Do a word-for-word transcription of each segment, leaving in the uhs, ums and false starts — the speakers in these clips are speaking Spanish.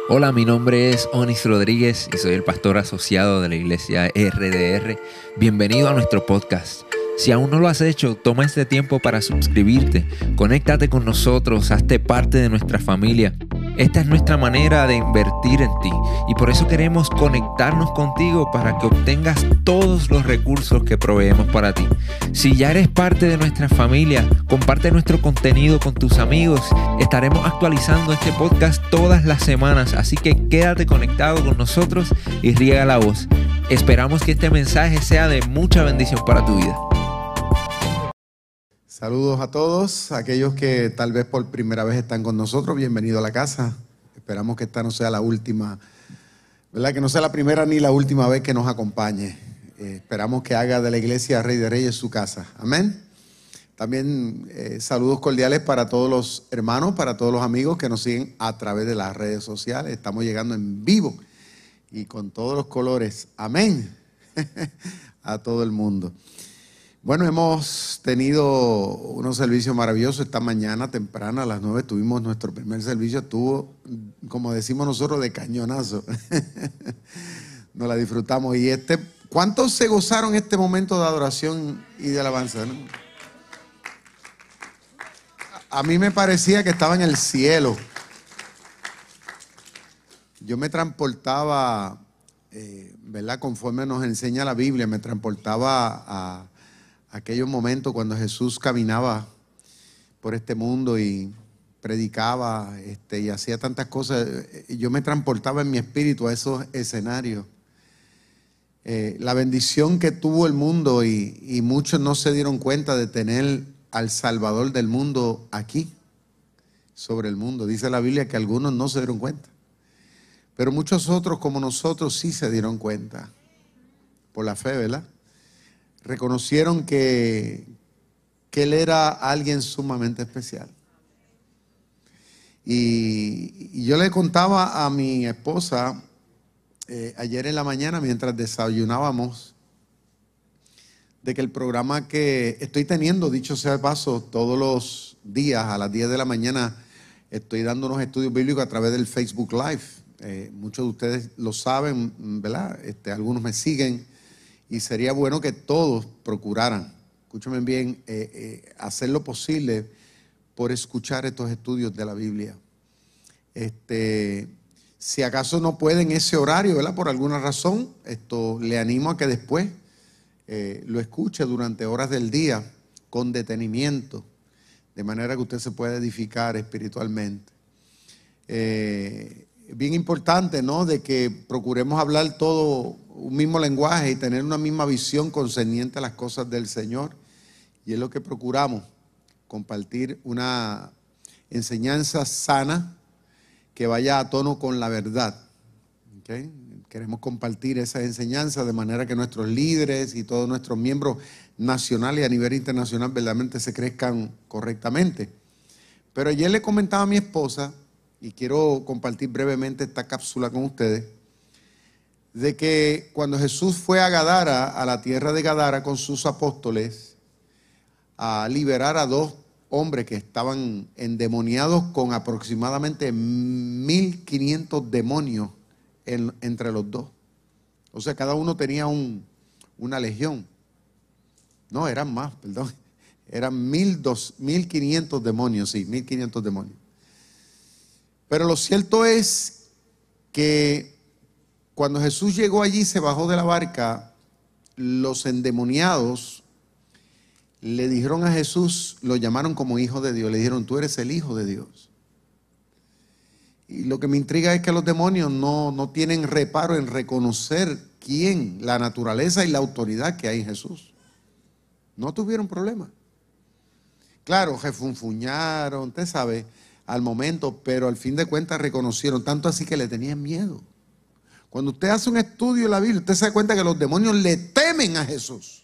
Hola, mi nombre es Onis Rodríguez y soy el pastor asociado de la iglesia R D R. Bienvenido a nuestro podcast. Si aún no lo has hecho, toma este tiempo para suscribirte, conéctate con nosotros, hazte parte de nuestra familia. Esta es nuestra manera de invertir en ti y por eso queremos conectarnos contigo para que obtengas todos los recursos que proveemos para ti. Si ya eres parte de nuestra familia, comparte nuestro contenido con tus amigos. Estaremos actualizando este podcast todas las semanas, así que quédate conectado con nosotros y riega la voz. Esperamos que este mensaje sea de mucha bendición para tu vida. Saludos a todos, aquellos que tal vez por primera vez están con nosotros, bienvenido a la casa. Esperamos que esta no sea la última, ¿verdad? Que no sea la primera ni la última vez que nos acompañe. Eh, esperamos que haga de la iglesia Rey de Reyes su casa. Amén. También eh, saludos cordiales para todos los hermanos, para todos los amigos que nos siguen a través de las redes sociales. Estamos llegando en vivo y con todos los colores. Amén. A todo el mundo. Bueno, hemos tenido unos servicios maravillosos. Esta mañana temprano a las nueve tuvimos nuestro primer servicio. Estuvo, como decimos nosotros, de cañonazo. Nos la disfrutamos. Y este, ¿cuántos se gozaron este momento de adoración y de alabanza, no? A mí me parecía que estaba en el cielo. Yo me transportaba, eh, ¿verdad? Conforme nos enseña la Biblia, me transportaba a aquellos momentos cuando Jesús caminaba por este mundo y predicaba este, y hacía tantas cosas. Yo me transportaba en mi espíritu a esos escenarios. Eh, la bendición que tuvo el mundo y, y muchos no se dieron cuenta de tener al Salvador del mundo aquí, sobre el mundo. Dice la Biblia que algunos no se dieron cuenta, pero muchos otros como nosotros sí se dieron cuenta, por la fe, ¿verdad? Reconocieron que, que Él era alguien sumamente especial. Y, y yo le contaba a mi esposa eh, ayer en la mañana mientras desayunábamos de que el programa que estoy teniendo, dicho sea de paso, todos los días a las diez de la mañana estoy dando unos estudios bíblicos a través del Facebook Live. Eh, muchos de ustedes lo saben, ¿verdad? Este, algunos me siguen. Y sería bueno que todos procuraran, escúchame bien, eh, eh, hacer lo posible por escuchar estos estudios de la Biblia. Este, si acaso no pueden ese horario, ¿verdad? Por alguna razón, esto le animo a que después eh, lo escuche durante horas del día con detenimiento, de manera que usted se pueda edificar espiritualmente. Eh, bien importante, ¿no? De que procuremos hablar todo un mismo lenguaje y tener una misma visión concerniente a las cosas del Señor. Y es lo que procuramos, compartir una enseñanza sana que vaya a tono con la verdad. ¿Okay? Queremos compartir esa enseñanza de manera que nuestros líderes y todos nuestros miembros nacionales y a nivel internacional verdaderamente se crezcan correctamente. Pero ayer le comentaba a mi esposa, y quiero compartir brevemente esta cápsula con ustedes, de que cuando Jesús fue a Gadara, a la tierra de Gadara con sus apóstoles, a liberar a dos hombres que estaban endemoniados con aproximadamente mil quinientos demonios en, entre los dos. O sea, cada uno tenía un, una legión. No, eran más, perdón. Eran mil quinientos demonios, sí, mil quinientos demonios. Pero lo cierto es que cuando Jesús llegó allí, se bajó de la barca, los endemoniados le dijeron a Jesús, lo llamaron como hijo de Dios, le dijeron, tú eres el hijo de Dios. Y lo que me intriga es que los demonios no, no tienen reparo en reconocer quién, la naturaleza y la autoridad que hay en Jesús. No tuvieron problema. Claro, refunfuñaron, usted sabe, al momento, pero al fin de cuentas reconocieron, tanto así que le tenían miedo. Cuando usted hace un estudio de la Biblia, usted se da cuenta que los demonios le temen a Jesús.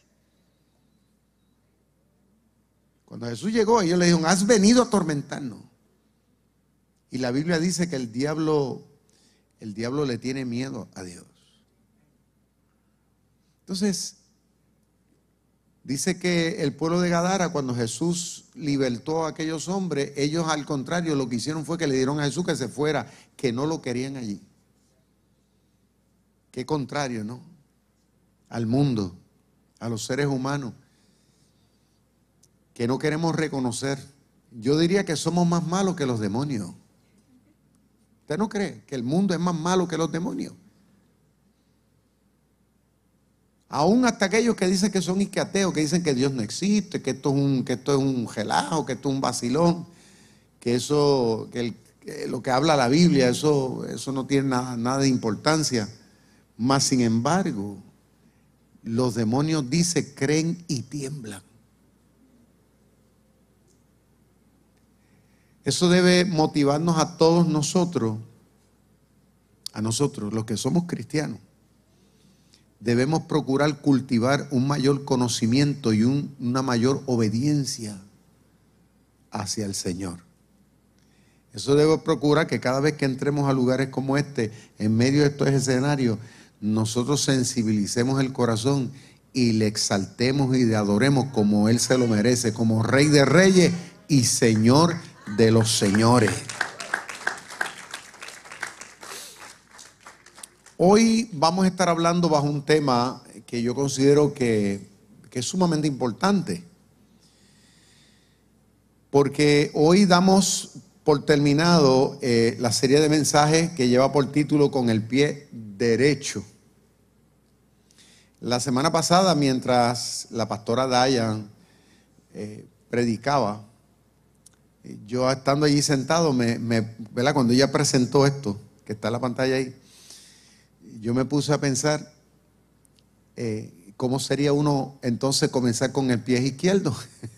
Cuando Jesús llegó, ellos le dijeron, has venido a atormentarnos. Y la Biblia dice que el diablo, el diablo le tiene miedo a Dios. Entonces, Dice que el pueblo de Gadara, cuando Jesús libertó a aquellos hombres, ellos al contrario lo que hicieron fue que le dieron a Jesús que se fuera, que no lo querían allí. Qué contrario, ¿no? Al mundo, a los seres humanos, que no queremos reconocer. Yo diría que somos más malos que los demonios. ¿Usted no cree que el mundo es más malo que los demonios? Aún hasta aquellos que dicen que son isquiateos, que dicen que Dios no existe, que esto es un, que esto es un relajo, que esto es un vacilón, que eso, que, el, que lo que habla la Biblia, eso, eso no tiene nada, nada de importancia. Mas sin embargo, los demonios, dice, creen y tiemblan. Eso debe motivarnos a todos nosotros, a nosotros, los que somos cristianos. Debemos procurar cultivar un mayor conocimiento y un, una mayor obediencia hacia el Señor. Eso debe procurar que cada vez que entremos a lugares como este, en medio de estos escenarios, nosotros sensibilicemos el corazón y le exaltemos y le adoremos como Él se lo merece, como Rey de Reyes y Señor de los señores. Hoy vamos a estar hablando bajo un tema que yo considero que, que es sumamente importante, porque hoy damos por terminado eh, la serie de mensajes que lleva por título Con el pie derecho. La semana pasada, mientras la pastora Dayan eh, predicaba, yo estando allí sentado, me, me, ¿verdad? Cuando ella presentó esto, que está en la pantalla ahí, yo me puse a pensar eh, cómo sería uno entonces comenzar con el pie izquierdo.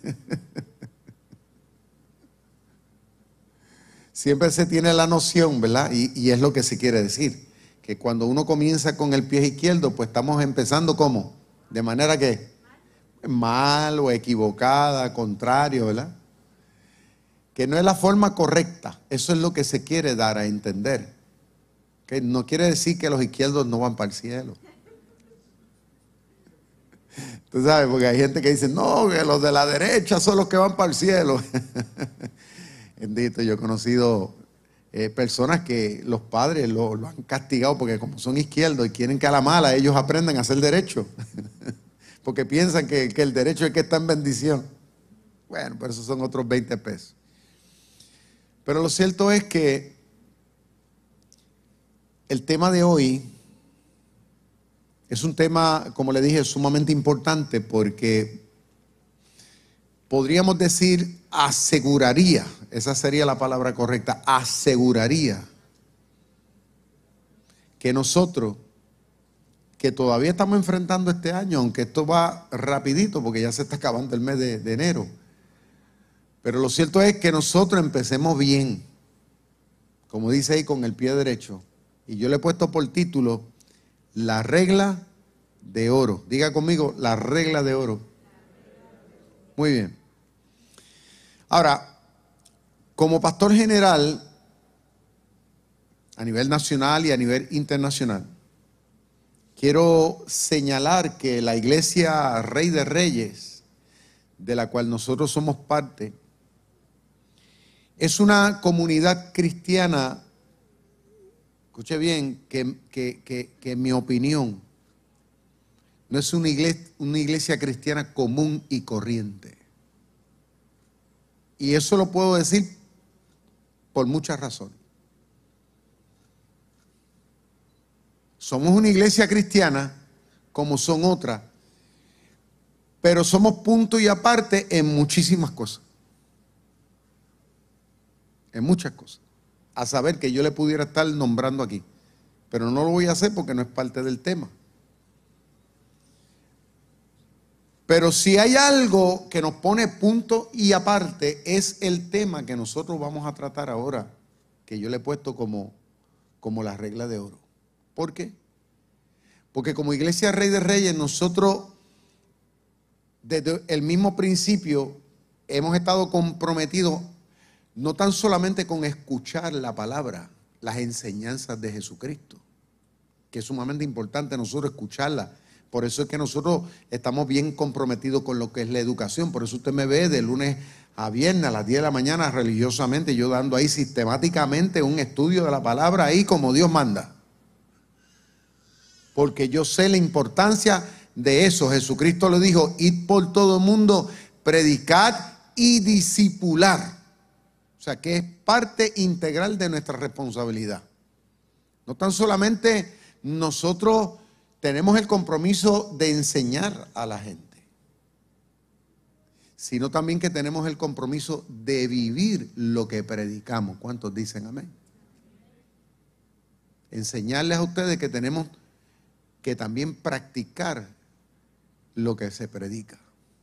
Siempre se tiene la noción, ¿verdad? Y, y es lo que se quiere decir, que cuando uno comienza con el pie izquierdo, pues estamos empezando ¿cómo? De manera que mal o equivocada, contrario, ¿verdad? Que no es la forma correcta. Eso es lo que se quiere dar a entender. Que no quiere decir que los izquierdos no van para el cielo. Tú sabes, porque hay gente que dice, no, que los de la derecha son los que van para el cielo. Bendito, yo he conocido eh, personas que los padres lo, lo han castigado porque como son izquierdos y quieren que a la mala ellos aprendan a hacer derecho. Porque piensan que, que el derecho es el que está en bendición. Bueno, pero esos son otros veinte pesos. Pero lo cierto es que el tema de hoy es un tema, como le dije, sumamente importante porque podríamos decir aseguraría, esa sería la palabra correcta, aseguraría que nosotros, que todavía estamos enfrentando este año, aunque esto va rapidito porque ya se está acabando el mes de, de enero, pero lo cierto es que nosotros empecemos bien, como dice ahí, con el pie derecho. Y yo le he puesto por título, la regla de oro. Diga conmigo, la regla de oro. Muy bien. Ahora, como pastor general, a nivel nacional y a nivel internacional, quiero señalar que la iglesia Rey de Reyes, de la cual nosotros somos parte, es una comunidad cristiana. Escuche bien, que, que, que, que en mi opinión no es una iglesia, una iglesia cristiana común y corriente. Y eso lo puedo decir por muchas razones. Somos una iglesia cristiana como son otras, pero somos punto y aparte en muchísimas cosas. En muchas cosas. A saber que yo le pudiera estar nombrando aquí, pero no lo voy a hacer porque no es parte del tema. Pero si hay algo que nos pone punto y aparte, es el tema que nosotros vamos a tratar ahora, que yo le he puesto como, como la regla de oro. ¿Por qué? Porque como Iglesia Rey de Reyes, nosotros desde el mismo principio hemos estado comprometidos no tan solamente con escuchar la palabra, las enseñanzas de Jesucristo, que es sumamente importante nosotros escucharlas, Por eso es que nosotros estamos bien comprometidos con lo que es la educación. Por eso usted me ve de lunes a viernes a las diez de la mañana religiosamente, yo dando ahí sistemáticamente un estudio de la palabra ahí como Dios manda. Porque yo sé la importancia de eso. Jesucristo le dijo: id por todo el mundo, predicad y discipular. O sea, que es parte integral de nuestra responsabilidad. No tan solamente nosotros tenemos el compromiso de enseñar a la gente, sino también que tenemos el compromiso de vivir lo que predicamos. ¿Cuántos dicen amén? Enseñarles a ustedes que tenemos que también practicar lo que se predica.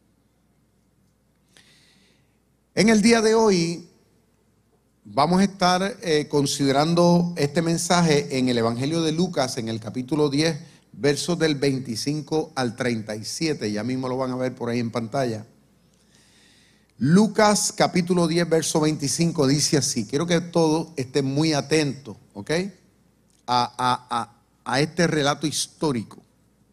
En el día de hoy vamos a estar eh, considerando este mensaje en el Evangelio de Lucas, en el capítulo diez, versos del veinticinco al treinta y siete. Ya mismo lo van a ver por ahí en pantalla. Lucas capítulo diez, verso veinticinco dice así. Quiero que todos estén muy atentos, ¿ok? A, a, a, a este relato histórico.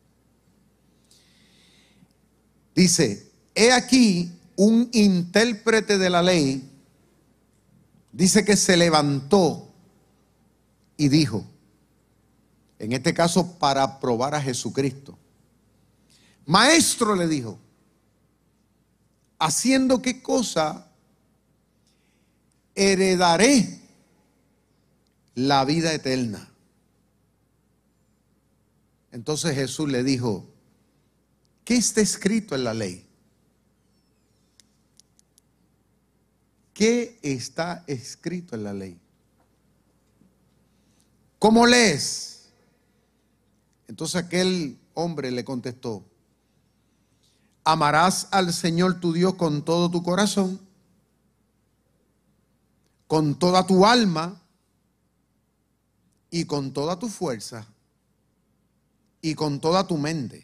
Dice: he aquí un intérprete de la ley, dice que se levantó y dijo, en este caso para probar a Jesucristo: maestro, le dijo, ¿haciendo qué cosa heredaré la vida eterna? Entonces Jesús le dijo: ¿qué está escrito en la ley? ¿Qué está escrito en la ley? ¿Cómo lees? Entonces aquel hombre le contestó: amarás al Señor tu Dios con todo tu corazón, con toda tu alma y con toda tu fuerza y con toda tu mente,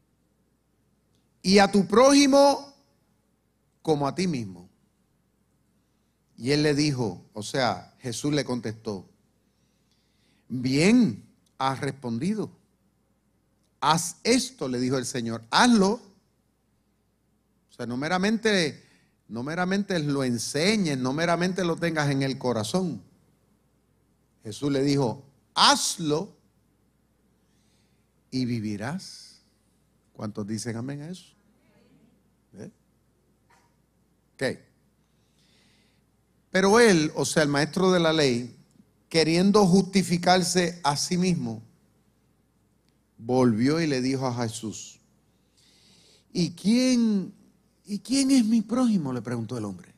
y a tu prójimo como a ti mismo. Y él le dijo, o sea, Jesús le contestó: bien has respondido. Haz esto, le dijo el Señor, hazlo. O sea, no meramente, no meramente lo enseñes, no meramente lo tengas en el corazón. Jesús le dijo: hazlo y vivirás. ¿Cuántos dicen amén a eso? ¿Eh? Ok. Pero él, o sea, el maestro de la ley, queriendo justificarse a sí mismo, volvió y le dijo a Jesús: ¿Y quién, ¿y quién es mi prójimo?, le preguntó el hombre.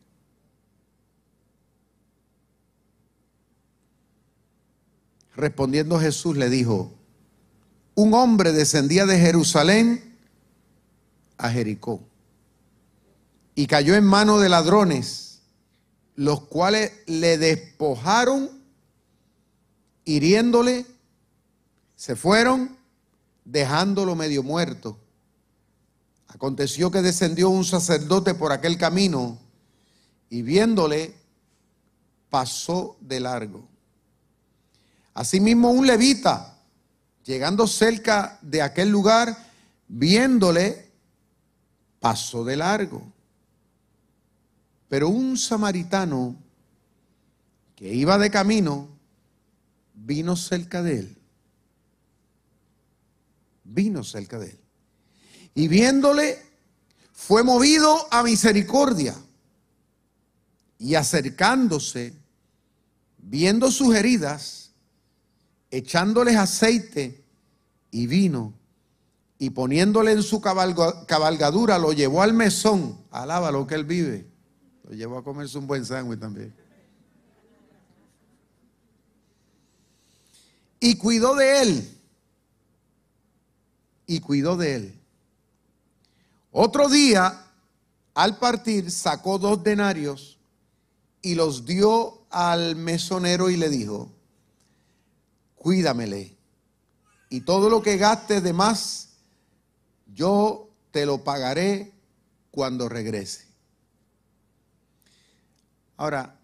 Respondiendo Jesús le dijo: un hombre descendía de Jerusalén a Jericó y cayó en manos de ladrones, los cuales le despojaron, hiriéndole, se fueron, dejándolo medio muerto. Aconteció que descendió un sacerdote por aquel camino y viéndole, pasó de largo. Asimismo un levita, llegando cerca de aquel lugar, viéndole, pasó de largo. Pero un samaritano que iba de camino, vino cerca de él. Vino cerca de él. Y viéndole, fue movido a misericordia. Y acercándose, viendo sus heridas, echándoles aceite y vino, y poniéndole en su cabalga, cabalgadura, lo llevó al mesón. Alaba lo que él vive. Lo llevó a comerse un buen sándwich también. Y cuidó de él. Y cuidó de él. Otro día, al partir, sacó dos denarios y los dio al mesonero y le dijo: cuídamele, y todo lo que gastes de más, yo te lo pagaré cuando regrese. Ahora,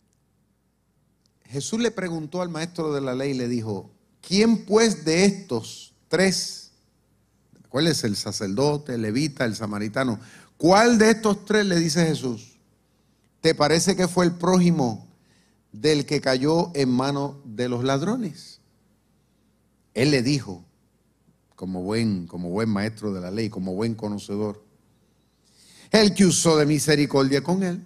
Jesús le preguntó al maestro de la ley y le dijo: ¿quién pues de estos tres, Acuérdese, el sacerdote, el levita, el samaritano. ¿Cuál de estos tres, le dice Jesús, te parece que fue el prójimo del que cayó en manos de los ladrones? Él le dijo, como buen, como buen maestro de la ley, como buen conocedor, el que usó de misericordia con él.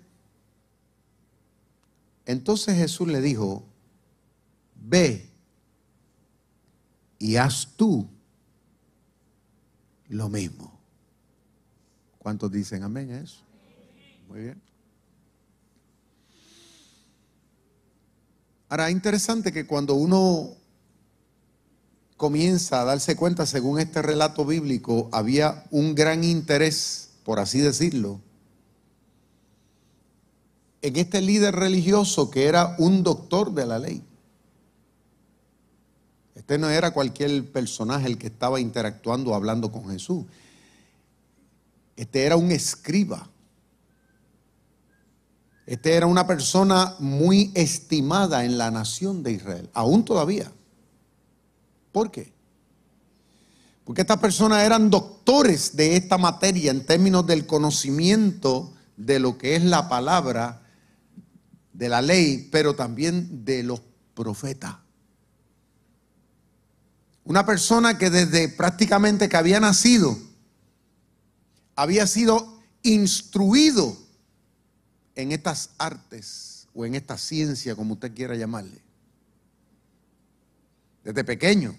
Entonces Jesús le dijo, ve y haz tú lo mismo. ¿Cuántos dicen amén a eso? Muy bien. Ahora, interesante que cuando uno comienza a darse cuenta, según este relato bíblico, había un gran interés, por así decirlo, en este líder religioso que era un doctor de la ley. Este no era cualquier personaje el que estaba interactuando o hablando con Jesús. Este era un escriba. Este era una persona muy estimada en la nación de Israel, aún todavía. ¿Por qué? Porque estas personas eran doctores de esta materia en términos del conocimiento de lo que es la palabra, de la ley, pero también de los profetas. Una persona que desde prácticamente que había nacido, había sido instruido en estas artes o en esta ciencia, como usted quiera llamarle. Desde pequeño.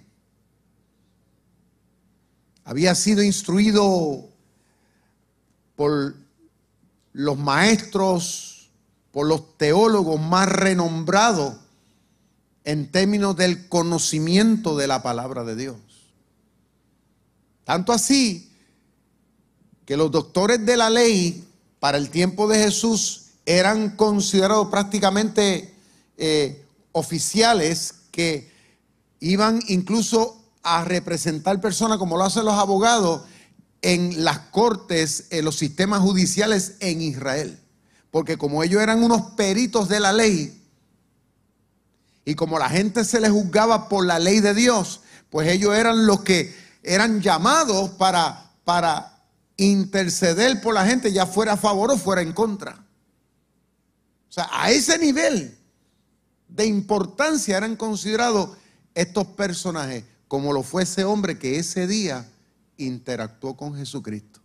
Había sido instruido por los maestros, por los teólogos más renombrados en términos del conocimiento de la palabra de Dios. Tanto así que los doctores de la ley para el tiempo de Jesús eran considerados prácticamente eh, oficiales que iban incluso a representar personas, como lo hacen los abogados, en las cortes, en los sistemas judiciales en Israel. Porque como ellos eran unos peritos de la ley, y como la gente se les juzgaba por la ley de Dios, pues ellos eran los que eran llamados para, para interceder por la gente, ya fuera a favor o fuera en contra. O sea, a ese nivel de importancia eran considerados estos personajes, como lo fue ese hombre que ese día interactuó con Jesucristo.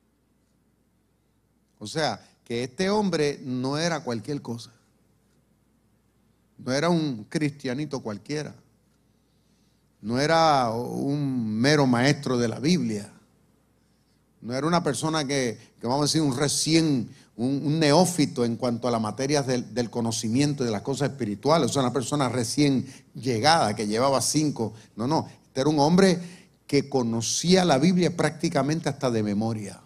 O sea, que este hombre no era cualquier cosa. No era un cristianito cualquiera. No era un mero maestro de la Biblia. No era una persona que, que vamos a decir, un recién, un, un neófito en cuanto a las materias del, del conocimiento y de las cosas espirituales. O sea, una persona recién llegada que llevaba cinco. No, no. Este era un hombre que conocía la Biblia prácticamente hasta de memoria.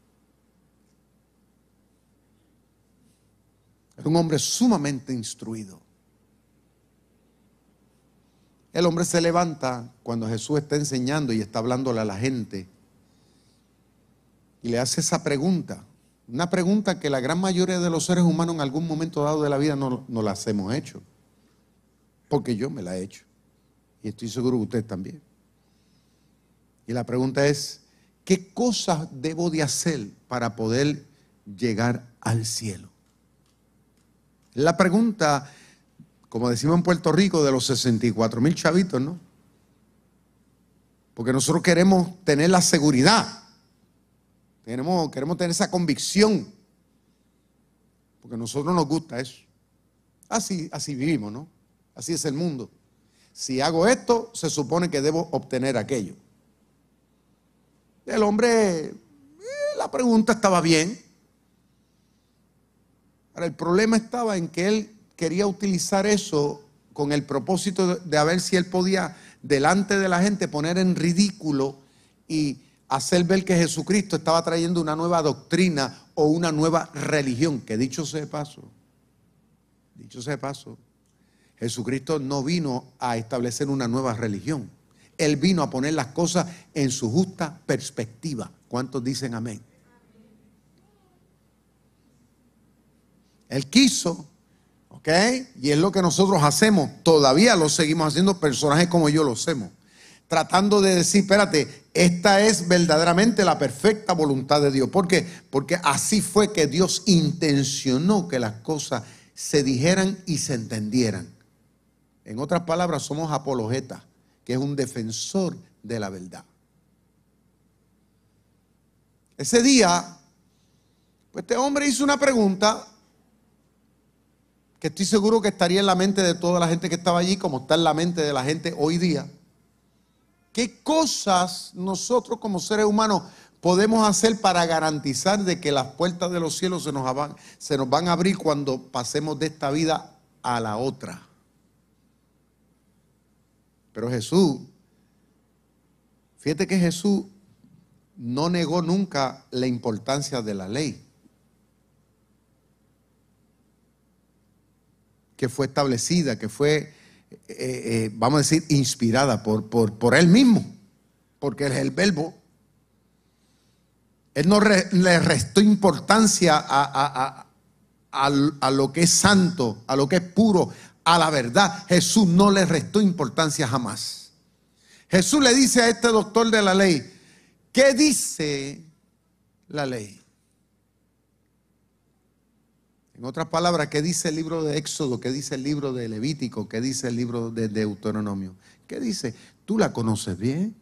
Era un hombre sumamente instruido. El hombre se levanta cuando Jesús está enseñando y está hablándole a la gente y le hace esa pregunta. Una pregunta que la gran mayoría de los seres humanos en algún momento dado de la vida no, no las hemos hecho. Porque yo me la he hecho. Y estoy seguro que ustedes también. Y la pregunta es, ¿qué cosas debo de hacer para poder llegar al cielo? La pregunta, como decimos en Puerto Rico, de los sesenta y cuatro mil chavitos, ¿no? Porque nosotros queremos tener la seguridad. Queremos, queremos tener esa convicción. Porque a nosotros nos gusta eso. Así, así vivimos, ¿no? Así es el mundo. Si hago esto, se supone que debo obtener aquello. El hombre, eh, la pregunta estaba bien. Ahora, el problema estaba en que él quería utilizar eso con el propósito de, de a ver si él podía delante de la gente poner en ridículo y hacer ver que Jesucristo estaba trayendo una nueva doctrina o una nueva religión. Que dicho sea de paso, dicho sea de paso, Jesucristo no vino a establecer una nueva religión. Él vino a poner las cosas en su justa perspectiva. ¿Cuántos dicen amén? Él quiso, ¿ok? Y es lo que nosotros hacemos. Todavía lo seguimos haciendo, personajes como yo lo hacemos. tratando de decir, espérate, esta es verdaderamente la perfecta voluntad de Dios. ¿Por qué? Porque así fue que Dios intencionó que las cosas se dijeran y se entendieran. En otras palabras, somos apologetas, que es un defensor de la verdad. Ese día, pues este hombre hizo una pregunta que estoy seguro que estaría en la mente de toda la gente que estaba allí, como está en la mente de la gente hoy día. ¿Qué cosas nosotros como seres humanos podemos hacer para garantizar de que las puertas de los cielos se nos van, se nos van a abrir cuando pasemos de esta vida a la otra? Pero Jesús, fíjate que Jesús no negó nunca la importancia de la ley, que fue establecida, que fue, eh, eh, vamos a decir, inspirada por, por, por Él mismo, porque Él es el verbo. Él no re, le restó importancia a, a, a, a, a lo que es santo, a lo que es puro, a la verdad. Jesús no le restó importancia jamás. Jesús le dice a este doctor de la ley, ¿qué dice la ley? En otras palabras, ¿qué dice el libro de Éxodo? ¿Qué dice el libro de Levítico? ¿Qué dice el libro de Deuteronomio? ¿Qué dice? ¿Tú la conoces bien?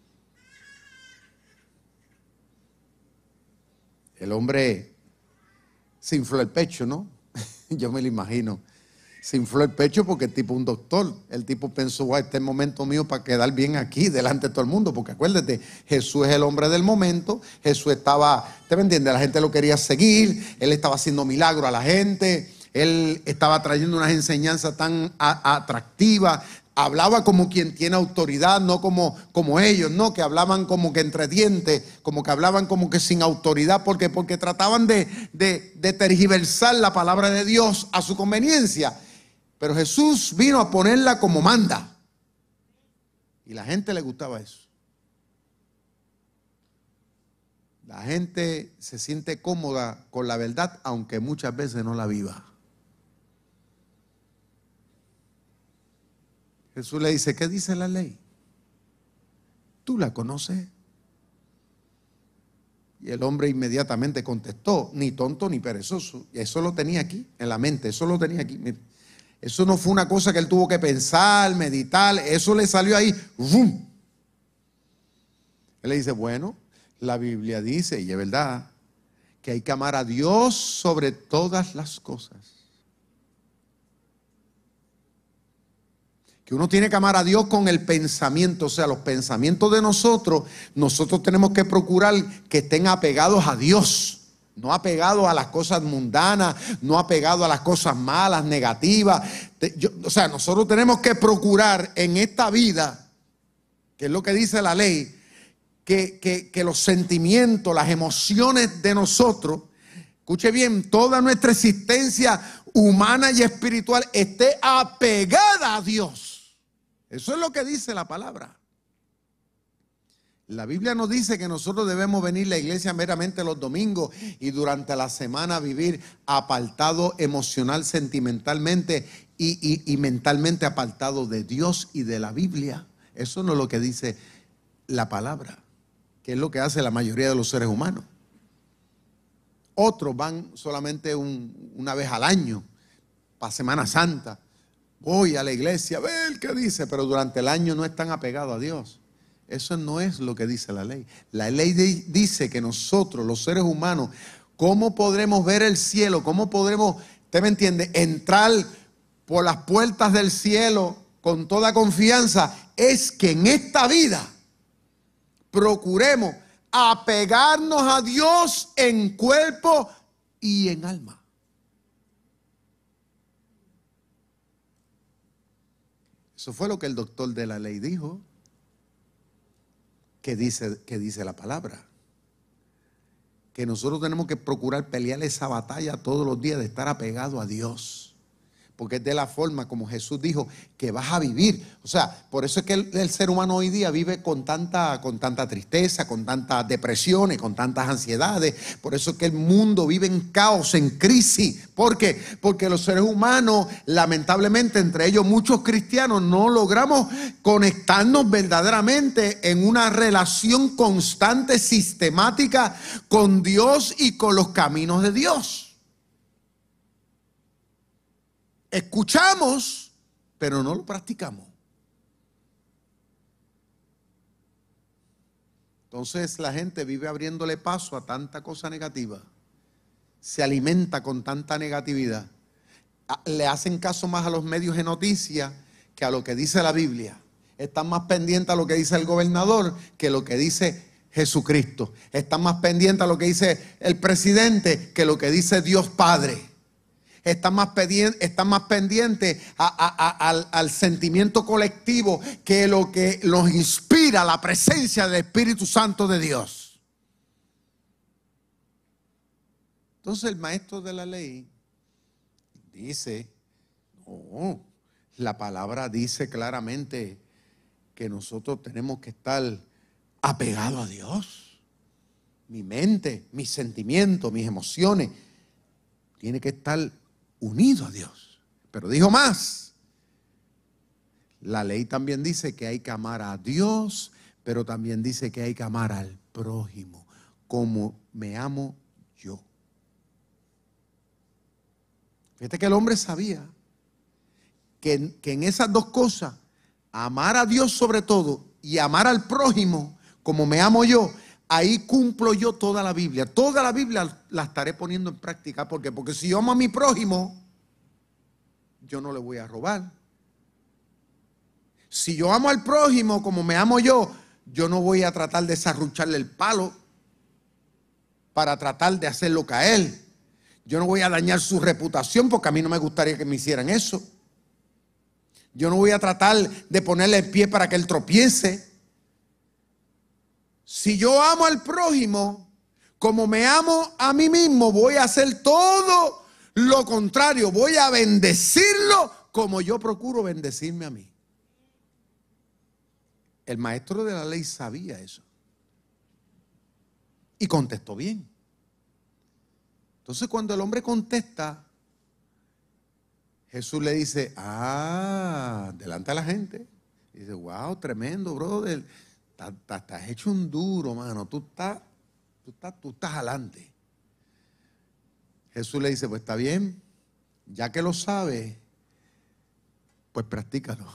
El hombre se infló el pecho, ¿no? Yo me lo imagino. Se infló el pecho porque el tipo es un doctor. El tipo pensó, wow, este es el momento mío para quedar bien aquí delante de todo el mundo. Porque acuérdate, Jesús es el hombre del momento. Jesús estaba, ¿te me entiendes? La gente lo quería seguir. Él estaba haciendo milagros a la gente. Él estaba trayendo unas enseñanzas tan a, atractivas. Hablaba como quien tiene autoridad, no como, como ellos, no, que hablaban como que entre dientes, como que hablaban como que sin autoridad. ¿Por qué? Porque trataban de, de, de tergiversar la palabra de Dios a su conveniencia. Pero Jesús vino a ponerla como manda. Y la gente le gustaba eso. La gente se siente cómoda con la verdad, aunque muchas veces no la viva. Jesús le dice, ¿qué dice la ley? ¿Tú la conoces? Y el hombre inmediatamente contestó, ni tonto ni perezoso. Y eso lo tenía aquí, en la mente, eso lo tenía aquí. Mira. Eso no fue una cosa que él tuvo que pensar, meditar, eso le salió ahí. ¡Bum! Él le dice, bueno, la Biblia dice, y es verdad, que hay que amar a Dios sobre todas las cosas. Que uno tiene que amar a Dios con el pensamiento, o sea, los pensamientos de nosotros, nosotros tenemos que procurar que estén apegados a Dios. No apegado a las cosas mundanas, no apegado a las cosas malas, negativas. Yo, o sea, nosotros tenemos que procurar en esta vida, que es lo que dice la ley, que, que, que los sentimientos, las emociones de nosotros, escuche bien, toda nuestra existencia humana y espiritual esté apegada a Dios. Eso es lo que dice la palabra. La Biblia nos dice que nosotros debemos venir a la iglesia meramente los domingos y durante la semana vivir apartado emocional, sentimentalmente y, y, y mentalmente apartado de Dios y de la Biblia. Eso no es lo que dice la palabra, que es lo que hace la mayoría de los seres humanos. Otros van solamente un, una vez al año, para Semana Santa. Voy a la iglesia a ver qué dice, pero durante el año no están apegados a Dios. Eso no es lo que dice la ley. La ley de, dice que nosotros, los seres humanos, ¿cómo podremos ver el cielo? ¿Cómo podremos, usted me entiende, entrar por las puertas del cielo con toda confianza? Es que en esta vida procuremos apegarnos a Dios en cuerpo y en alma. Eso fue lo que el doctor de la ley dijo. Que dice, que dice la palabra, que nosotros tenemos que procurar pelear esa batalla todos los días de estar apegado a Dios, porque es de la forma como Jesús dijo que vas a vivir. O sea, por eso es que el, el ser humano hoy día vive con tanta, con tanta tristeza, con tantas depresiones, con tantas ansiedades. Por eso es que el mundo vive en caos, en crisis. ¿Por qué? Porque los seres humanos, lamentablemente, entre ellos muchos cristianos, no logramos conectarnos verdaderamente en una relación constante, sistemática con Dios y con los caminos de Dios. Escuchamos, pero no lo practicamos. Entonces la gente vive abriéndole paso a tanta cosa negativa. Se alimenta con tanta negatividad. Le hacen caso más a los medios de noticias que a lo que dice la Biblia. Están más pendientes a lo que dice el gobernador que lo que dice Jesucristo. Están más pendientes a lo que dice el presidente que lo que dice Dios Padre. Están más pendientes, están más pendientes a, a, a, al, al sentimiento colectivo que lo que los inspira la presencia del Espíritu Santo de Dios. Entonces el maestro de la ley dice, no, la palabra dice claramente que nosotros tenemos que estar apegados a Dios. Mi mente, mis sentimientos, mis emociones, tiene que estar unido a Dios. Pero dijo más. La ley también dice que hay que amar a Dios, pero también dice que hay que amar al prójimo como me amo yo. Fíjate que el hombre sabía que, que en esas dos cosas, amar a Dios sobre todo y amar al prójimo como me amo yo, ahí cumplo yo toda la Biblia. Toda la Biblia la estaré poniendo en práctica. ¿Por qué? Porque si yo amo a mi prójimo, yo no le voy a robar. Si yo amo al prójimo como me amo yo, yo no voy a tratar de serrucharle el palo para tratar de hacerlo caer. Yo no voy a dañar su reputación porque a mí no me gustaría que me hicieran eso. Yo no voy a tratar de ponerle el pie para que él tropiece. Si yo amo al prójimo, como me amo a mí mismo, voy a hacer todo lo contrario. Voy a bendecirlo como yo procuro bendecirme a mí. El maestro de la ley sabía eso. Y contestó bien. Entonces cuando el hombre contesta, Jesús le dice, ah, delante de la gente. Y dice, wow, tremendo, brother. Estás hecho un duro, mano. Tú estás, tú estás, tú estás adelante. Jesús le dice, pues está bien, ya que lo sabes, pues practícalo.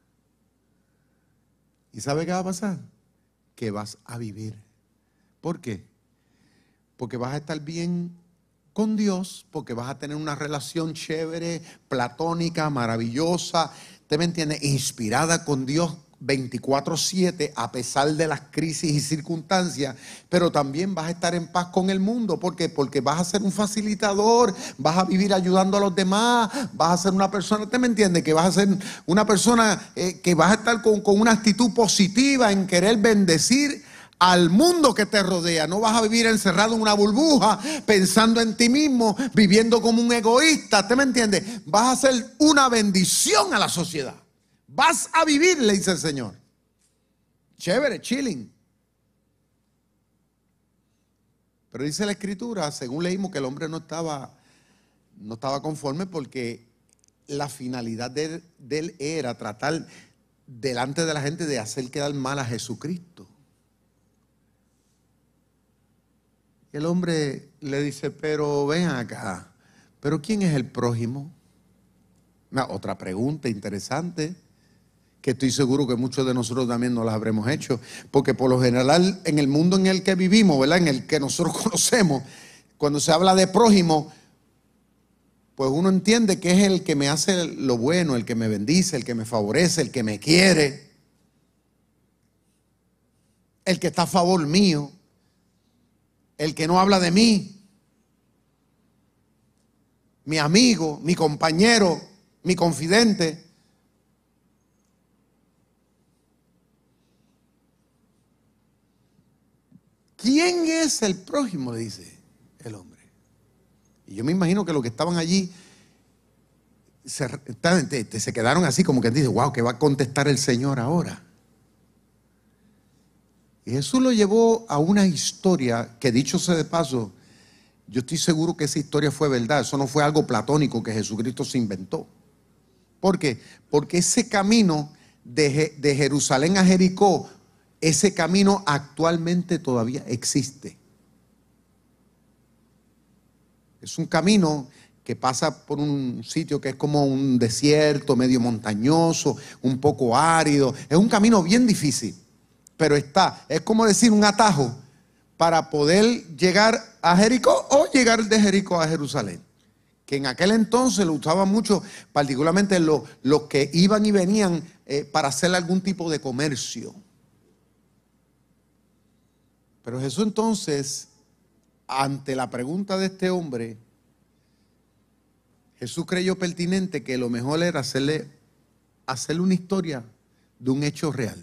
¿Y sabe qué va a pasar? Que vas a vivir. ¿Por qué? Porque vas a estar bien con Dios, porque vas a tener una relación chévere, platónica, maravillosa, ¿usted me entiende? Inspirada con Dios veinticuatro siete a pesar de las crisis y circunstancias, pero también vas a estar en paz con el mundo. ¿Por qué? Porque vas a ser un facilitador, vas a vivir ayudando a los demás, vas a ser una persona, ¿usted me entiende? Que vas a ser una persona eh, que vas a estar con, con una actitud positiva en querer bendecir al mundo que te rodea. No vas a vivir encerrado en una burbuja pensando en ti mismo, viviendo como un egoísta. ¿Usted me entiende? Vas a ser una bendición a la sociedad. Vas a vivir, le dice el Señor. Chévere, chilling. Pero dice la Escritura, según leímos, que el hombre no estaba, no estaba conforme porque la finalidad de él, de él era tratar delante de la gente de hacer quedar mal a Jesucristo. El hombre le dice, pero ven acá, ¿pero quién es el prójimo? Una, otra pregunta interesante, que estoy seguro que muchos de nosotros también nos las habremos hecho, porque por lo general en el mundo en el que vivimos, ¿verdad? En el que nosotros conocemos, cuando se habla de prójimo, pues uno entiende que es el que me hace lo bueno, el que me bendice, el que me favorece, el que me quiere, el que está a favor mío, el que no habla de mí, mi amigo, mi compañero, mi confidente. ¿Quién es el prójimo?, le dice el hombre. Y yo me imagino que los que estaban allí se, te, se quedaron así como que dice, wow, ¿qué va a contestar el Señor ahora? Y Jesús lo llevó a una historia que, dicho sea de paso, yo estoy seguro que esa historia fue verdad. Eso no fue algo platónico que Jesucristo se inventó. ¿Por qué? Porque ese camino de, de Jerusalén a Jericó, ese camino actualmente todavía existe. Es un camino que pasa por un sitio que es como un desierto, medio montañoso, un poco árido. Es un camino bien difícil, pero está. Es como decir un atajo para poder llegar a Jericó o llegar de Jericó a Jerusalén. Que en aquel entonces lo usaban mucho, particularmente los, los que iban y venían eh, para hacer algún tipo de comercio. Pero Jesús entonces, ante la pregunta de este hombre, Jesús creyó pertinente que lo mejor era hacerle, hacerle una historia de un hecho real.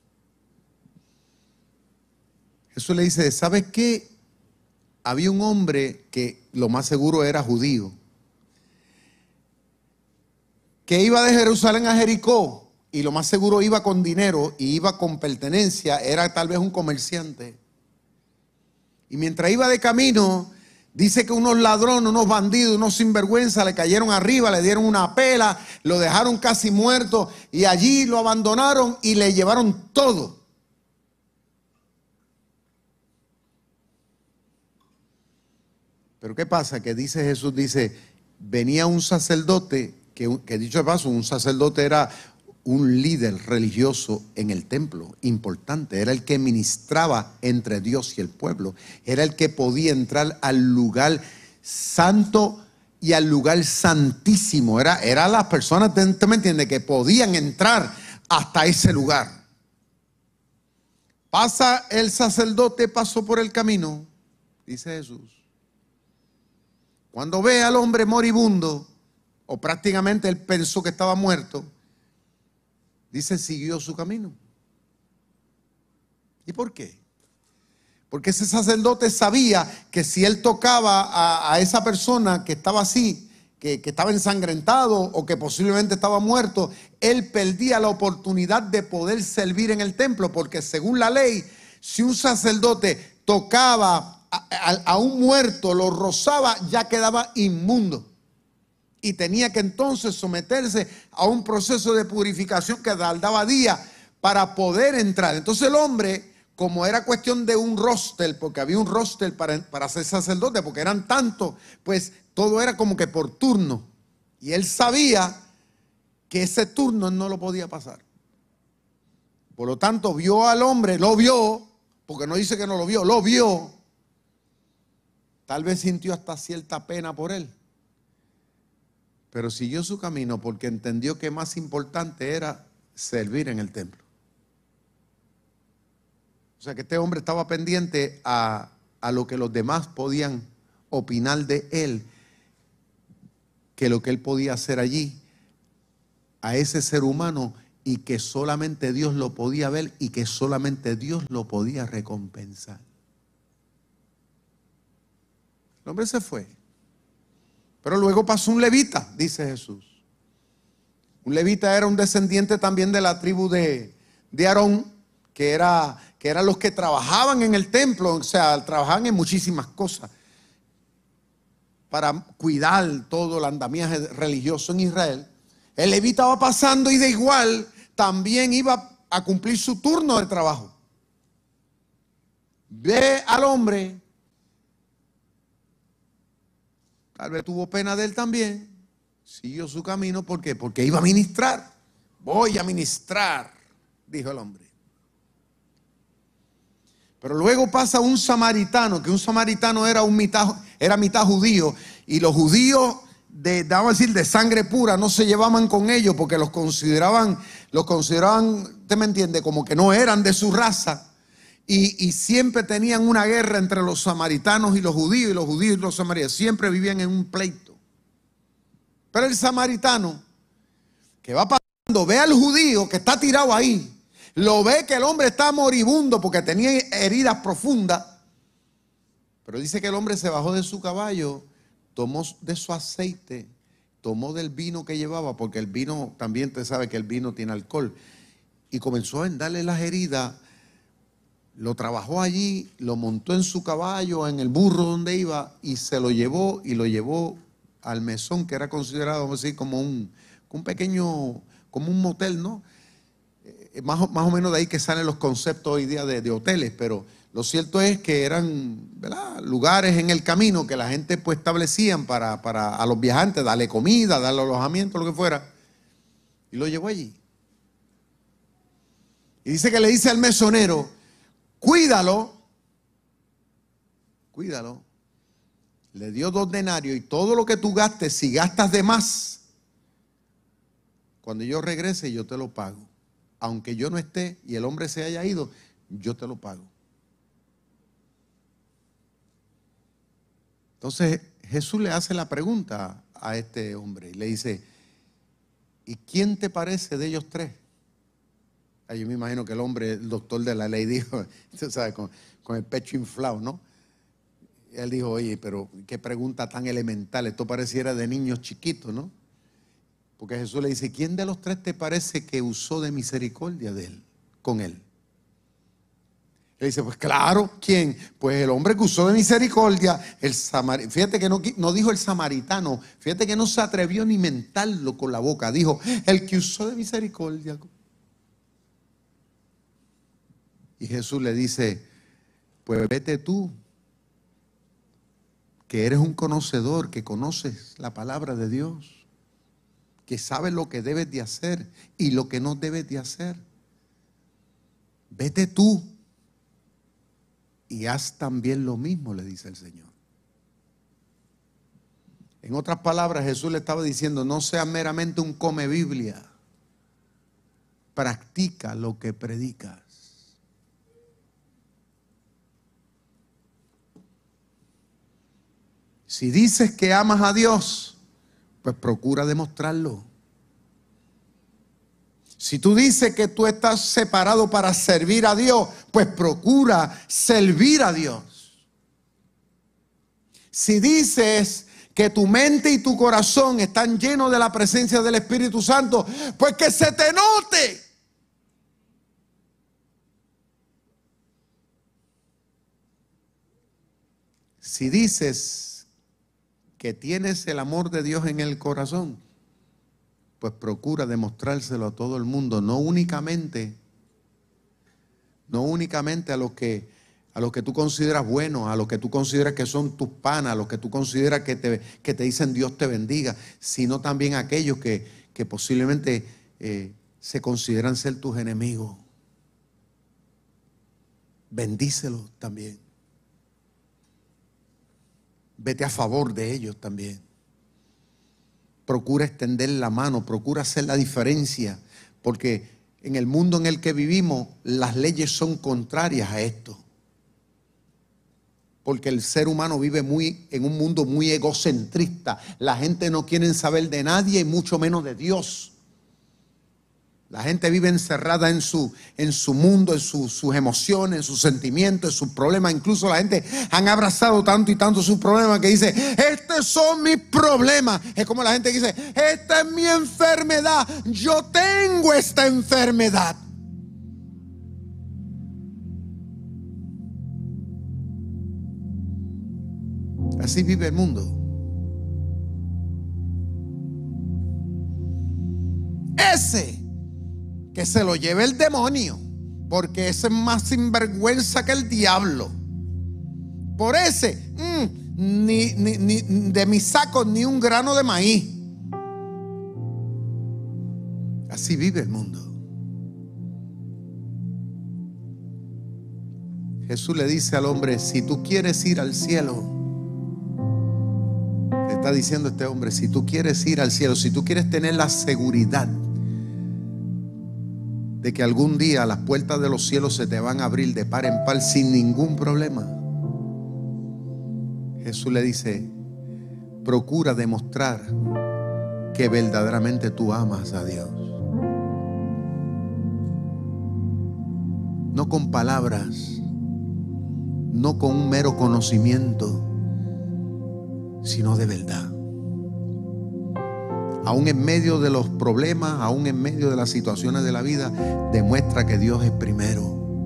Jesús le dice, ¿sabes qué? Había un hombre que lo más seguro era judío, que iba de Jerusalén a Jericó, y lo más seguro iba con dinero y iba con pertenencia, era tal vez un comerciante. Y mientras iba de camino, dice que unos ladrones, unos bandidos, unos sinvergüenza le cayeron arriba, le dieron una pela, lo dejaron casi muerto y allí lo abandonaron y le llevaron todo. Pero ¿qué pasa? Que dice Jesús, dice, venía un sacerdote, que, que dicho de paso, un sacerdote era un líder religioso en el templo, importante, era el que ministraba entre Dios y el pueblo, era el que podía entrar al lugar santo y al lugar santísimo, era, era las personas, ¿te me entiendes?, que podían entrar hasta ese lugar. Pasa el sacerdote, pasó por el camino, dice Jesús. Cuando ve al hombre moribundo, o prácticamente él pensó que estaba muerto, dice, siguió su camino. ¿Y por qué? Porque ese sacerdote sabía que si él tocaba a, a esa persona que estaba así, que, que estaba ensangrentado o que posiblemente estaba muerto, él perdía la oportunidad de poder servir en el templo, porque según la ley, si un sacerdote tocaba a, a, a un muerto, lo rozaba, ya quedaba inmundo. Y tenía que entonces someterse a un proceso de purificación que tardaba días para poder entrar. Entonces el hombre, como era cuestión de un roster, porque había un roster para, para ser sacerdote, porque eran tantos, pues todo era como que por turno. Y él sabía que ese turno no lo podía pasar. Por lo tanto, vio al hombre, lo vio, porque no dice que no lo vio, lo vio. Tal vez sintió hasta cierta pena por él. Pero siguió su camino porque entendió que más importante era servir en el templo. O sea que este hombre estaba pendiente a, a lo que los demás podían opinar de él, que lo que él podía hacer allí, a ese ser humano, y que solamente Dios lo podía ver y que solamente Dios lo podía recompensar. El hombre se fue. Pero luego pasó un levita, dice Jesús. Un levita era un descendiente también de la tribu de, de Aarón, que era, que eran los que trabajaban en el templo, o sea, trabajaban en muchísimas cosas para cuidar todo el andamiaje religioso en Israel. El levita va pasando y de igual también iba a cumplir su turno de trabajo. Ve al hombre. Tal vez tuvo pena de él también, siguió su camino. ¿Por qué? Porque iba a ministrar. Voy a ministrar, dijo el hombre. Pero luego pasa un samaritano, que un samaritano era, un mitad, era mitad judío, y los judíos, de, vamos a decir, de sangre pura, no se llevaban con ellos porque los consideraban, los consideraban, ¿usted me entiende?, como que no eran de su raza. Y, y siempre tenían una guerra entre los samaritanos y los judíos, y los judíos y los samaritanos siempre vivían en un pleito. Pero el samaritano que va pasando ve al judío que está tirado ahí, lo ve que el hombre está moribundo porque tenía heridas profundas, pero dice que el hombre se bajó de su caballo, tomó de su aceite, tomó del vino que llevaba, porque el vino, también te sabe que el vino tiene alcohol, y comenzó a vendarle las heridas. Lo trabajó allí, lo montó en su caballo, en el burro donde iba, y se lo llevó y lo llevó al mesón, que era considerado, vamos a decir, como un, un pequeño, como un motel, ¿no? Eh, más, o, más o menos de ahí que salen los conceptos hoy día de, de hoteles, pero lo cierto es que eran, ¿verdad?, lugares en el camino que la gente pues establecían para, para a los viajantes, darle comida, darle alojamiento, lo que fuera, y lo llevó allí. Y dice que le dice al mesonero: cuídalo, cuídalo. Le dio dos denarios y todo lo que tú gastes, si gastas de más, cuando yo regrese yo te lo pago. Aunque yo no esté y el hombre se haya ido, yo te lo pago. Entonces Jesús le hace la pregunta a este hombre y le dice: ¿y quién te parece de ellos tres? Yo me imagino que el hombre, el doctor de la ley, dijo, usted sabe, con, con el pecho inflado, ¿no? Él dijo: oye, pero qué pregunta tan elemental, esto pareciera de niños chiquitos, ¿no? Porque Jesús le dice: ¿quién de los tres te parece que usó de misericordia de él, con él? Él dice: pues claro, ¿quién? Pues el hombre que usó de misericordia, el samaritano. Fíjate que no, no dijo el samaritano, fíjate que no se atrevió ni mentarlo con la boca, dijo: el que usó de misericordia. Y Jesús le dice: pues vete tú, que eres un conocedor, que conoces la palabra de Dios, que sabes lo que debes de hacer y lo que no debes de hacer. Vete tú y haz también lo mismo, le dice el Señor. En otras palabras, Jesús le estaba diciendo: no seas meramente un come Biblia, practica lo que predicas. Si dices que amas a Dios, pues procura demostrarlo. Si tú dices que tú estás separado para servir a Dios, pues procura servir a Dios. Si dices que tu mente y tu corazón están llenos de la presencia del Espíritu Santo, pues que se te note. Si dices que tienes el amor de Dios en el corazón, pues procura demostrárselo a todo el mundo, no únicamente, no únicamente a los que, a los que tú consideras buenos, a los que tú consideras que son tus panas, a los que tú consideras que te, que te dicen Dios te bendiga, sino también a aquellos que, que posiblemente eh, se consideran ser tus enemigos. Bendícelos también. Vete a favor de ellos también. Procura extender la mano, procura hacer la diferencia, porque en el mundo en el que vivimos las leyes son contrarias a esto. Porque el ser humano vive muy, en un mundo muy egocentrista. La gente no quiere saber de nadie y mucho menos de Dios. La gente vive encerrada en su, en su mundo, en su, sus emociones, en sus sentimientos, en sus problemas. Incluso la gente han abrazado tanto y tanto sus problemas que dice: estos son mis problemas. Es como la gente que dice: esta es mi enfermedad, yo tengo esta enfermedad. Así vive el mundo. Ese que se lo lleve el demonio, porque ese es más sinvergüenza que el diablo. Por ese, mmm, ni, ni, ni de mis sacos ni un grano de maíz. Así vive el mundo. Jesús le dice al hombre: si tú quieres ir al cielo, le está diciendo este hombre, si tú quieres ir al cielo, si tú quieres tener la seguridad de que algún día las puertas de los cielos se te van a abrir de par en par sin ningún problema, Jesús le dice: procura demostrar que verdaderamente tú amas a Dios. No con palabras, no con un mero conocimiento, sino de verdad. aún en medio de los problemas, aún en medio de las situaciones de la vida, demuestra que Dios es primero.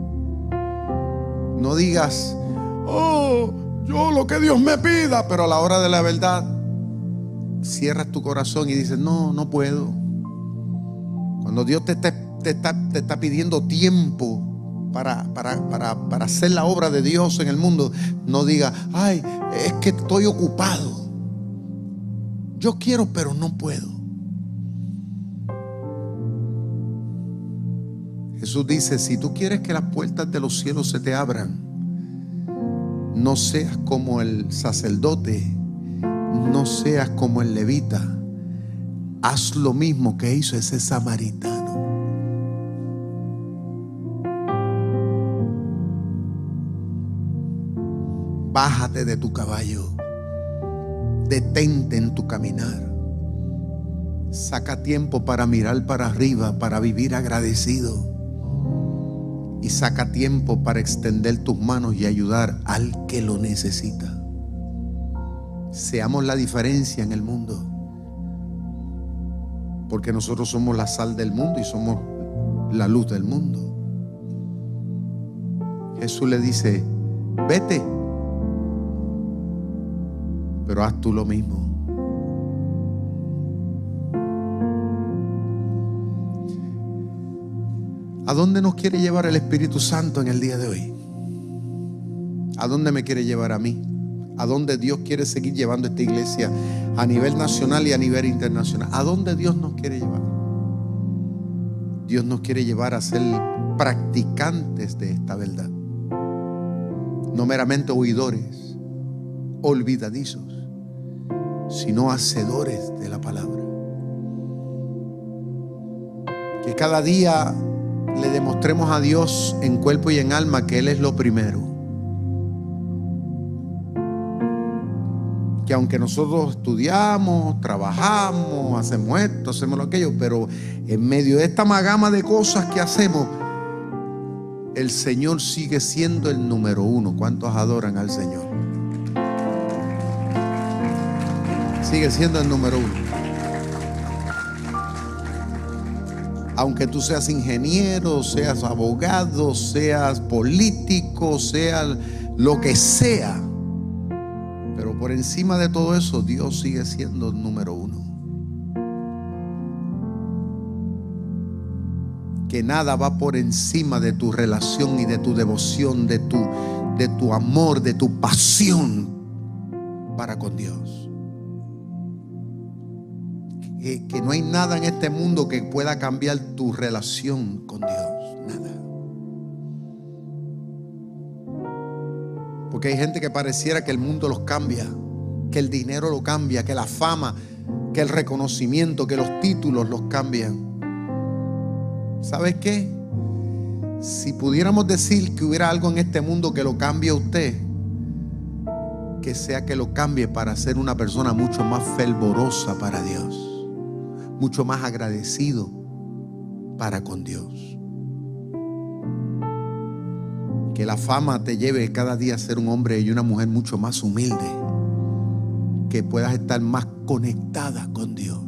No digas, oh, yo lo que Dios me pida, pero a la hora de la verdad cierras tu corazón y dices, no, no puedo. Cuando Dios te está, te está, te está pidiendo tiempo para, para, para, para hacer la obra de Dios en el mundo, no digas, ay, es que estoy ocupado. Yo quiero, pero no puedo. Jesús dice, si tú quieres que las puertas de los cielos se te abran, no seas como el sacerdote, no seas como el levita. Haz lo mismo que hizo ese samaritano. Bájate de tu caballo. Detente en tu caminar. Saca tiempo para mirar para arriba, para vivir agradecido. Y saca tiempo para extender tus manos y ayudar al que lo necesita. Seamos la diferencia en el mundo. Porque nosotros somos la sal del mundo y somos la luz del mundo. Jesús le dice, vete, pero haz tú lo mismo. ¿A dónde nos quiere llevar el Espíritu Santo en el día de hoy? ¿A dónde me quiere llevar a mí? ¿A dónde Dios quiere seguir llevando esta iglesia a nivel nacional y a nivel internacional? ¿A dónde Dios nos quiere llevar? Dios nos quiere llevar a ser practicantes de esta verdad. No meramente oidores, olvidadizos, sino hacedores de la palabra. Que cada día le demostremos a Dios en cuerpo y en alma que Él es lo primero. Que aunque nosotros estudiamos, trabajamos, hacemos esto, hacemos lo aquello, pero en medio de esta amalgama de cosas que hacemos, el Señor sigue siendo el número uno. ¿Cuántos adoran al Señor? Sigue siendo el número uno. Aunque tú seas ingeniero, seas abogado, seas político, seas lo que sea, pero por encima de todo eso, Dios sigue siendo el número uno. Que nada va por encima de tu relación y de tu devoción, de tu, de tu amor, de tu pasión para con Dios. Que, que no hay nada en este mundo que pueda cambiar tu relación con Dios. Nada. Porque hay gente que pareciera que el mundo los cambia, que el dinero lo cambia, que la fama, que el reconocimiento, que los títulos los cambian. ¿Sabes qué? Si pudiéramos decir que hubiera algo en este mundo que lo cambie a usted, que sea que lo cambie para ser una persona mucho más fervorosa para Dios, mucho más agradecido para con Dios. Que la fama te lleve cada día a ser un hombre y una mujer mucho más humilde, que puedas estar más conectada con Dios.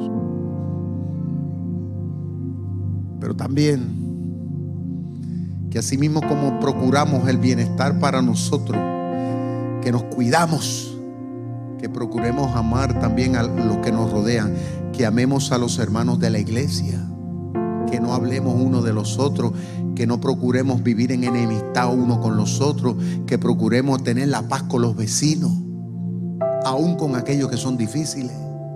Pero también que así mismo como procuramos el bienestar para nosotros, que nos cuidamos, que procuremos amar también a los que nos rodean, que amemos a los hermanos de la iglesia, que no hablemos uno de los otros, que no procuremos vivir en enemistad uno con los otros, que procuremos tener la paz con los vecinos, aún con aquellos que son difíciles.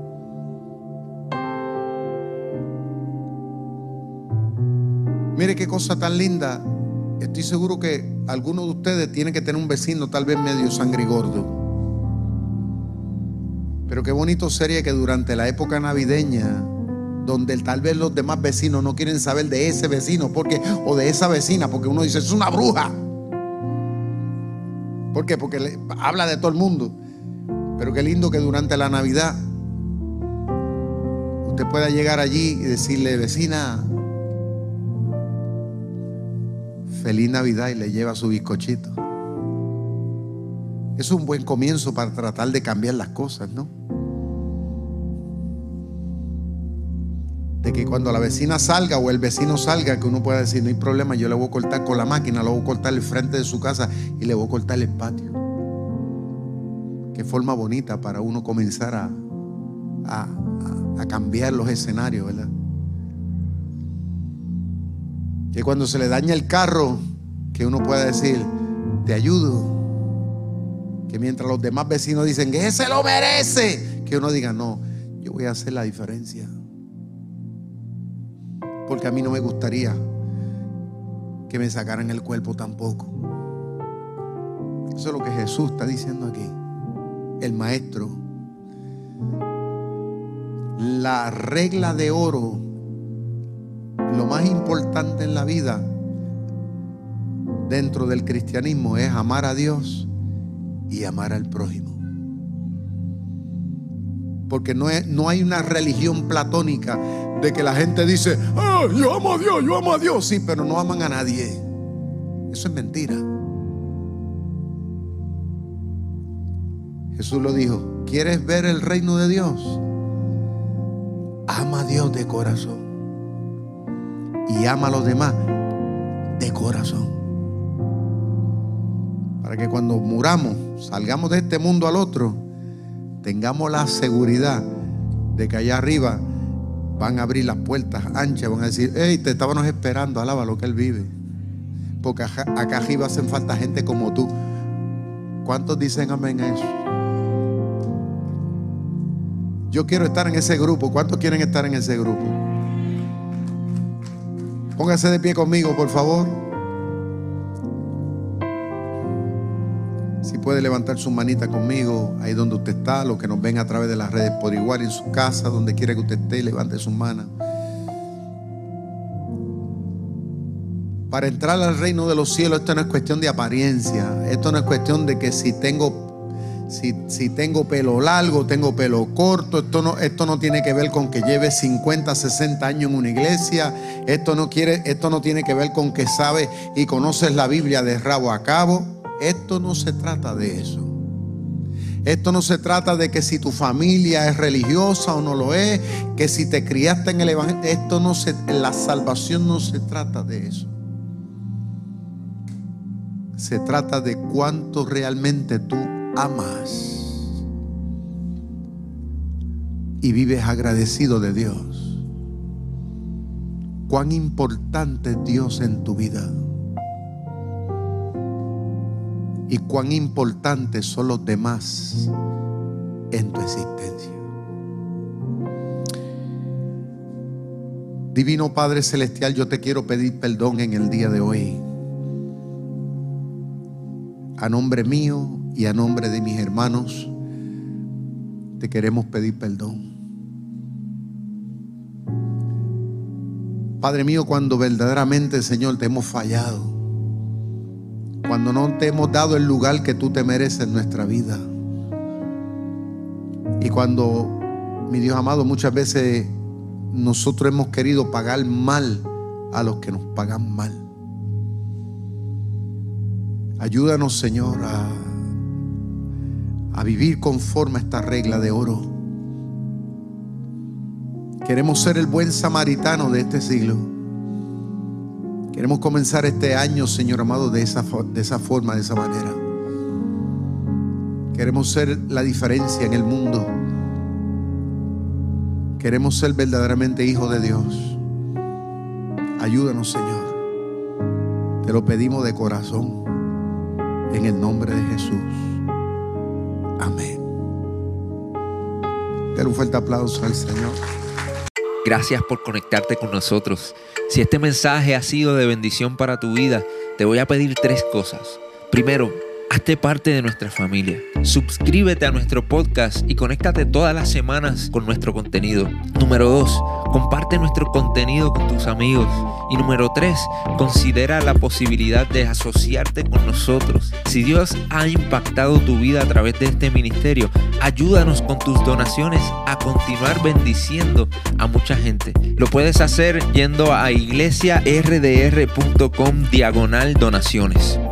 Mire qué cosa tan linda. Estoy seguro que algunos de ustedes tienen que tener un vecino tal vez medio sangrigordo. Pero qué bonito sería que durante la época navideña, donde tal vez los demás vecinos no quieren saber de ese vecino porque, o de esa vecina, porque uno dice, es una bruja. ¿Por qué? Porque le, habla de todo el mundo. Pero qué lindo que durante la Navidad usted pueda llegar allí y decirle, vecina, feliz Navidad, y le lleva su bizcochito. Es un buen comienzo para tratar de cambiar las cosas, ¿no? cuando la vecina salga o el vecino salga, que uno pueda decir, no hay problema, yo le voy a cortar con la máquina, le voy a cortar el frente de su casa y le voy a cortar el patio. Qué forma bonita para uno comenzar a, a, a cambiar los escenarios, ¿verdad? Que cuando se le daña el carro, que uno pueda decir, te ayudo. Que mientras los demás vecinos dicen que ese lo merece, que uno diga, no, yo voy a hacer la diferencia. Porque a mí no me gustaría que me sacaran el cuerpo tampoco. Eso es lo que Jesús está diciendo aquí, el maestro. La regla de oro, lo más importante en la vida dentro del cristianismo, es amar a Dios y amar al prójimo. Porque no, es, no hay una religión platónica de que la gente dice, ah, yo amo a Dios, yo amo a Dios. Sí, pero no aman a nadie. Eso es mentira. Jesús lo dijo, ¿quieres ver el reino de Dios? Ama a Dios de corazón y ama a los demás de corazón. Para que cuando muramos, salgamos de este mundo al otro, tengamos la seguridad de que allá arriba van a abrir las puertas anchas, van a decir, hey, te estábamos esperando, alaba lo que Él vive. Porque acá, acá arriba hacen falta gente como tú. ¿Cuántos dicen amén a eso? Yo quiero estar en ese grupo. ¿Cuántos quieren estar en ese grupo? Póngase de pie conmigo, por favor. Si puede levantar su manita conmigo, ahí donde usted está, los que nos ven a través de las redes por igual, en su casa, donde quiera que usted esté, levante su mano. Para entrar al reino de los cielos, esto no es cuestión de apariencia. Esto no es cuestión de que si tengo Si, si tengo pelo largo, tengo pelo corto. Esto no, esto no tiene que ver con que lleve cincuenta, sesenta años en una iglesia. Esto no, quiere, esto no tiene que ver con que sabes y conoces la Biblia de rabo a cabo. Esto no se trata de eso. Esto no se trata de que si tu familia es religiosa o no lo es, que si te criaste en el evangelio. Esto no se, la salvación no se trata de eso. Se trata de cuánto realmente tú amas y vives agradecido de Dios. Cuán importante es Dios en tu vida y cuán importantes son los demás en tu existencia. Divino Padre Celestial, yo te quiero pedir perdón en el día de hoy, a nombre mío y a nombre de mis hermanos. Te queremos pedir perdón. Padre mío, cuando verdaderamente, Señor, te hemos fallado, cuando no te hemos dado el lugar que tú te mereces en nuestra vida, y cuando, mi Dios amado, muchas veces nosotros hemos querido pagar mal a los que nos pagan mal. Ayúdanos, Señor, a, a vivir conforme a esta regla de oro. Queremos ser el buen samaritano de este siglo. Queremos comenzar este año, Señor amado, de esa, de esa forma, de esa manera. Queremos ser la diferencia en el mundo. Queremos ser verdaderamente hijos de Dios. Ayúdanos, Señor. Te lo pedimos de corazón, en el nombre de Jesús. Amén. Dale un fuerte aplauso al Señor. Gracias por conectarte con nosotros. Si este mensaje ha sido de bendición para tu vida, te voy a pedir tres cosas. Primero, hazte parte de nuestra familia. Suscríbete a nuestro podcast y conéctate todas las semanas con nuestro contenido. Número dos, comparte nuestro contenido con tus amigos. Y número tres, considera la posibilidad de asociarte con nosotros. Si Dios ha impactado tu vida a través de este ministerio, ayúdanos con tus donaciones a continuar bendiciendo a mucha gente. Lo puedes hacer yendo a iglesia r d r punto com diagonal donaciones.